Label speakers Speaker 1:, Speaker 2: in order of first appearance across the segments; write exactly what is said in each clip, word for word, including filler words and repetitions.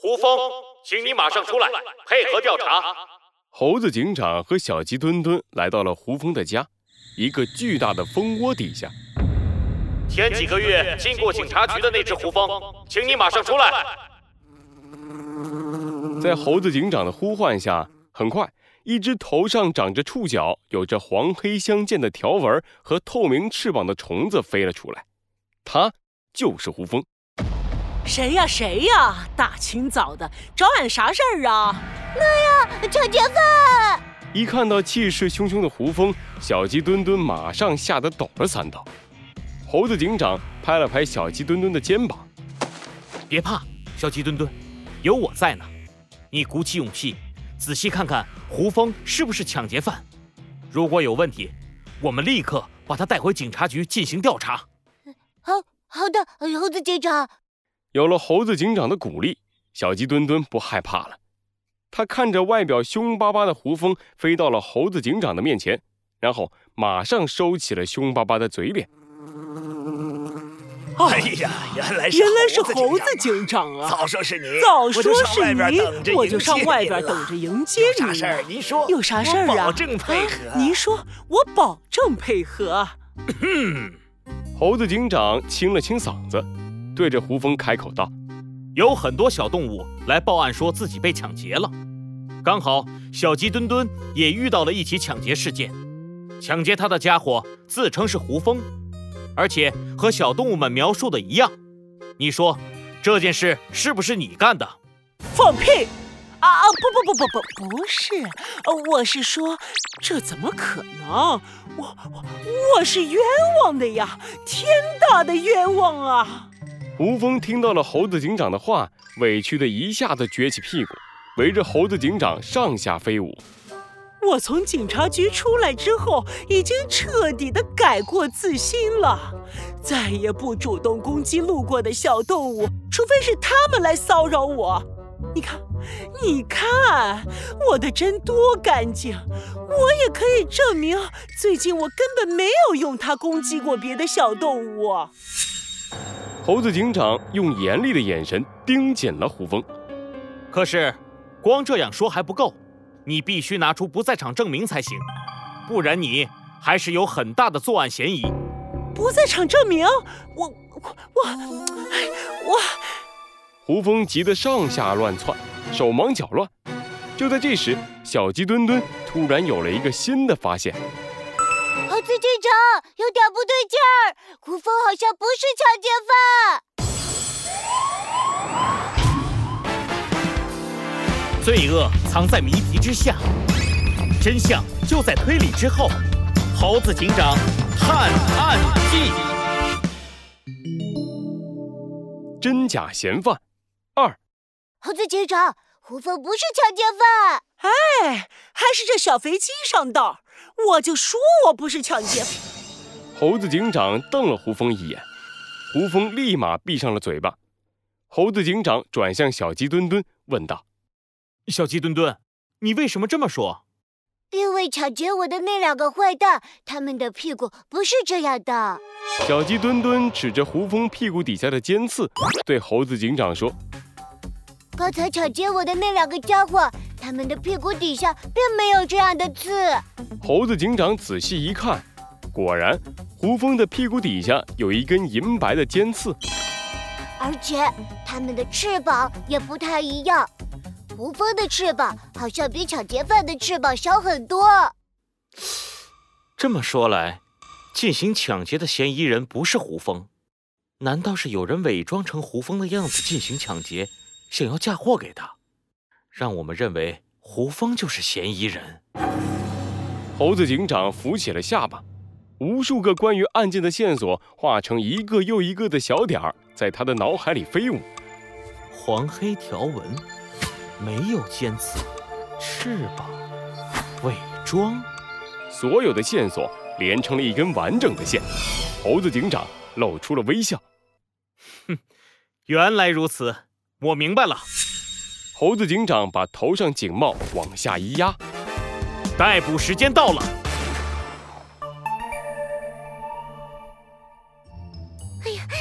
Speaker 1: 胡峰，请你马上出来，配合调查。
Speaker 2: 猴子警长和小鸡墩墩来到了胡峰的家，一个巨大的蜂窝底下。
Speaker 1: 前几个月经过警察局的那只胡蜂，请你马上出来。
Speaker 2: 在猴子警长的呼唤下，很快一只头上长着触角、有着黄黑相间的条纹和透明翅膀的虫子飞了出来，它就是胡蜂。
Speaker 3: 谁呀谁呀，大清早的找俺啥事儿啊？
Speaker 4: 那呀，抢劫犯！
Speaker 2: 一看到气势汹汹的胡蜂，小鸡墩墩马上吓得抖了三抖。猴子警长拍了拍小鸡墩墩的肩膀，
Speaker 5: 别怕，小鸡墩墩，有我在呢。你鼓起勇气，仔细看看胡蜂是不是抢劫犯。如果有问题，我们立刻把他带回警察局进行调查。
Speaker 4: 好好的，猴子警长。
Speaker 2: 有了猴子警长的鼓励，小鸡墩墩不害怕了。他看着外表凶巴巴的胡蜂飞到了猴子警长的面前，然后马上收起了凶巴巴的嘴脸。
Speaker 6: 哎呀，原来是
Speaker 3: 原来是猴子警长啊！
Speaker 6: 早说是你，
Speaker 3: 早说是你，我就上外边等着迎接你。
Speaker 6: 有啥事儿您说，
Speaker 3: 有啥事儿啊？
Speaker 6: 我保证配合。
Speaker 3: 啊您说，我保证配合。
Speaker 2: 猴子警长清了清嗓子，对着胡蜂开口道：
Speaker 5: 有很多小动物来报案说自己被抢劫了，刚好小鸡墩墩也遇到了一起抢劫事件，抢劫他的家伙自称是胡蜂，而且和小动物们描述的一样。你说这件事是不是你干的？
Speaker 3: 放屁！啊啊！不不不不不不是，我是说，这怎么可能？我我我是冤枉的呀！天大的冤枉啊！
Speaker 2: 胡蜂听到了猴子警长的话，委屈的一下子撅起屁股，围着猴子警长上下飞舞。
Speaker 3: 我从警察局出来之后，已经彻底的改过自新了，再也不主动攻击路过的小动物，除非是他们来骚扰我。你看，你看，我的针多干净，我也可以证明，最近我根本没有用它攻击过别的小动物。
Speaker 2: 猴子警长用严厉的眼神盯紧了胡蜂。
Speaker 5: 可是，光这样说还不够，你必须拿出不在场证明才行，不然你还是有很大的作案嫌疑。
Speaker 3: 不在场证明？我我我我……
Speaker 2: 胡蜂急得上下乱窜，手忙脚乱。就在这时，小鸡墩墩突然有了一个新的发现。
Speaker 4: 猴子警长，有点不对劲儿，胡蜂好像不是抢劫犯。
Speaker 5: 罪恶藏在谜题之下，真相就在推理之后。猴子警长探案记，
Speaker 2: 真假嫌犯二。
Speaker 4: 猴子警长，胡蜂不是抢劫犯。
Speaker 3: 哎，还是这小肥鸡上道，我就说我不是抢劫犯。
Speaker 2: 猴子警长瞪了胡蜂一眼，胡蜂立马闭上了嘴巴。猴子警长转向小鸡墩墩问道：
Speaker 5: 小鸡墩墩，你为什么这么说？
Speaker 4: 因为抢劫我的那两个坏蛋，他们的屁股不是这样的。
Speaker 2: 小鸡墩墩指着胡蜂屁股底下的尖刺，对猴子警长说：
Speaker 4: 刚才抢劫我的那两个家伙，他们的屁股底下并没有这样的刺。
Speaker 2: 猴子警长仔细一看，果然胡蜂的屁股底下有一根银白的尖刺，
Speaker 4: 而且他们的翅膀也不太一样。胡蜂的翅膀好像比抢劫犯的翅膀小很多。
Speaker 5: 这么说来，进行抢劫的嫌疑人不是胡蜂，难道是有人伪装成胡蜂的样子进行抢劫，想要嫁祸给他，让我们认为胡蜂就是嫌疑人？
Speaker 2: 猴子警长扶起了下巴，无数个关于案件的线索化成一个又一个的小点儿，在他的脑海里飞舞。
Speaker 5: 黄黑条纹，没有尖刺，翅膀，伪装，
Speaker 2: 所有的线索连成了一根完整的线。猴子警长露出了微笑。
Speaker 5: 哼，原来如此，我明白了。
Speaker 2: 猴子警长把头上警帽往下一压，
Speaker 5: 逮捕时间到了。
Speaker 4: 哎呀，大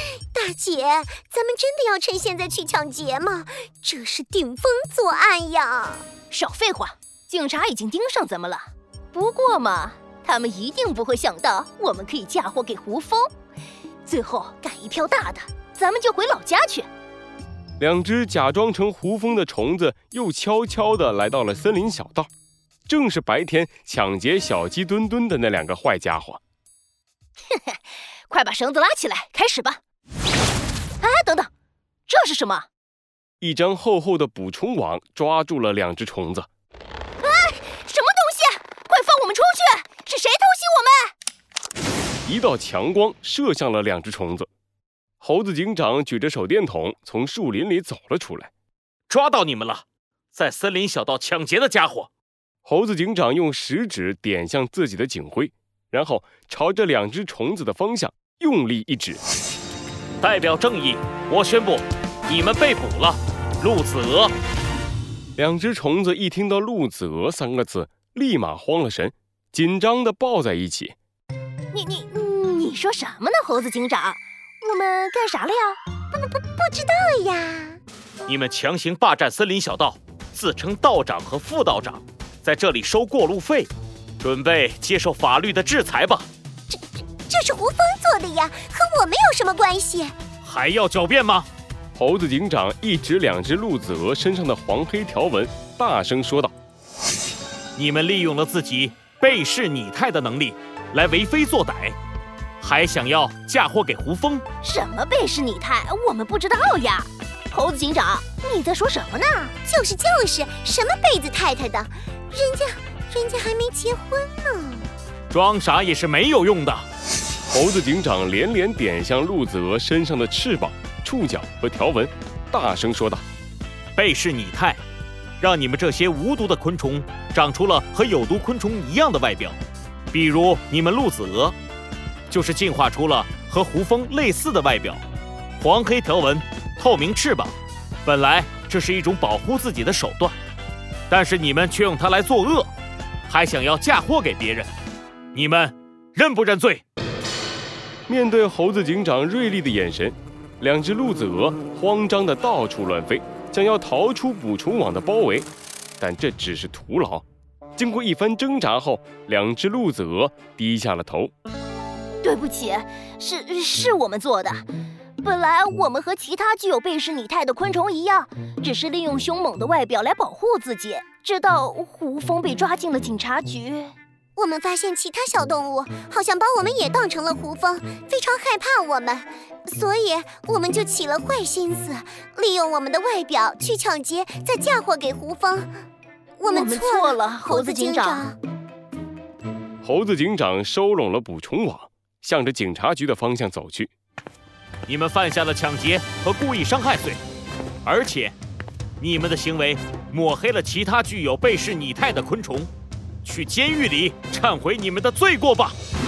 Speaker 4: 大姐，咱们真的要趁现在去抢劫吗？这是顶风作案呀！
Speaker 7: 少废话，警察已经盯上咱们了。不过嘛，他们一定不会想到我们可以嫁祸给胡蜂。最后干一票大的，咱们就回老家去。
Speaker 2: 两只假装成胡蜂的虫子又悄悄地来到了森林小道，正是白天抢劫小鸡墩墩的那两个坏家伙。
Speaker 7: 嘿嘿，快把绳子拉起来，开始吧！哎，等等，这是什么？
Speaker 2: 一张厚厚的捕虫网抓住了两只虫子。
Speaker 7: 哎，什么东西？快放我们出去！是谁偷袭我们？
Speaker 2: 一道强光射向了两只虫子。猴子警长举着手电筒从树林里走了出来。
Speaker 5: 抓到你们了，在森林小道抢劫的家伙！
Speaker 2: 猴子警长用食指点向自己的警徽，然后朝着两只虫子的方向用力一指。
Speaker 5: 代表正义，我宣布，你们被捕了，陆子娥。
Speaker 2: 两只虫子一听到陆子娥三个字，立马慌了神，紧张地抱在一起。
Speaker 7: 你你你说什么呢，猴子警长？我们干啥了呀？
Speaker 4: 不不不知道呀。
Speaker 5: 你们强行霸占森林小道，自称道长和副道长，在这里收过路费，准备接受法律的制裁吧。
Speaker 4: 这这这是胡蜂做的呀，和我们有什么关系？
Speaker 5: 还要狡辩吗？
Speaker 2: 猴子警长一指两只陆子娥身上的黄黑条纹，大声说道：
Speaker 5: 你们利用了自己背氏拟态的能力来为非作歹，还想要嫁祸给胡蜂？
Speaker 7: 什么背氏拟态？我们不知道呀。猴子警长，你在说什么呢？
Speaker 4: 就是就是，什么贝子太太的，人家人家还没结婚呢。
Speaker 5: 装傻也是没有用的。
Speaker 2: 猴子警长连连点向陆子娥身上的翅膀、触角和条纹，大声说道：
Speaker 5: 背氏拟态，让你们这些无毒的昆虫长出了和有毒昆虫一样的外表，比如你们陆子娥就是进化出了和胡蜂类似的外表，黄黑条纹，透明翅膀。本来这是一种保护自己的手段，但是你们却用它来作恶，还想要嫁祸给别人，你们认不认罪？
Speaker 2: 面对猴子警长锐利的眼神，两只陆子娥慌张地到处乱飞，想要逃出捕虫网的包围，但这只是徒劳。经过一番挣扎后，两只陆子娥低下了头。
Speaker 7: 对不起，是是我们做的。本来我们和其他具有背氏拟态的昆虫一样，只是利用凶猛的外表来保护自己，直到胡蜂被抓进了警察局。
Speaker 4: 我们发现其他小动物好像把我们也当成了胡蜂，非常害怕我们，所以我们就起了坏心思，利用我们的外表去抢劫，再嫁祸给胡蜂。我们错了，
Speaker 7: 错了猴子警长。
Speaker 2: 猴子警长收拢了捕虫网，向着警察局的方向走去。
Speaker 5: 你们犯下了抢劫和故意伤害罪，而且你们的行为抹黑了其他具有背氏拟态的昆虫，去监狱里忏悔你们的罪过吧。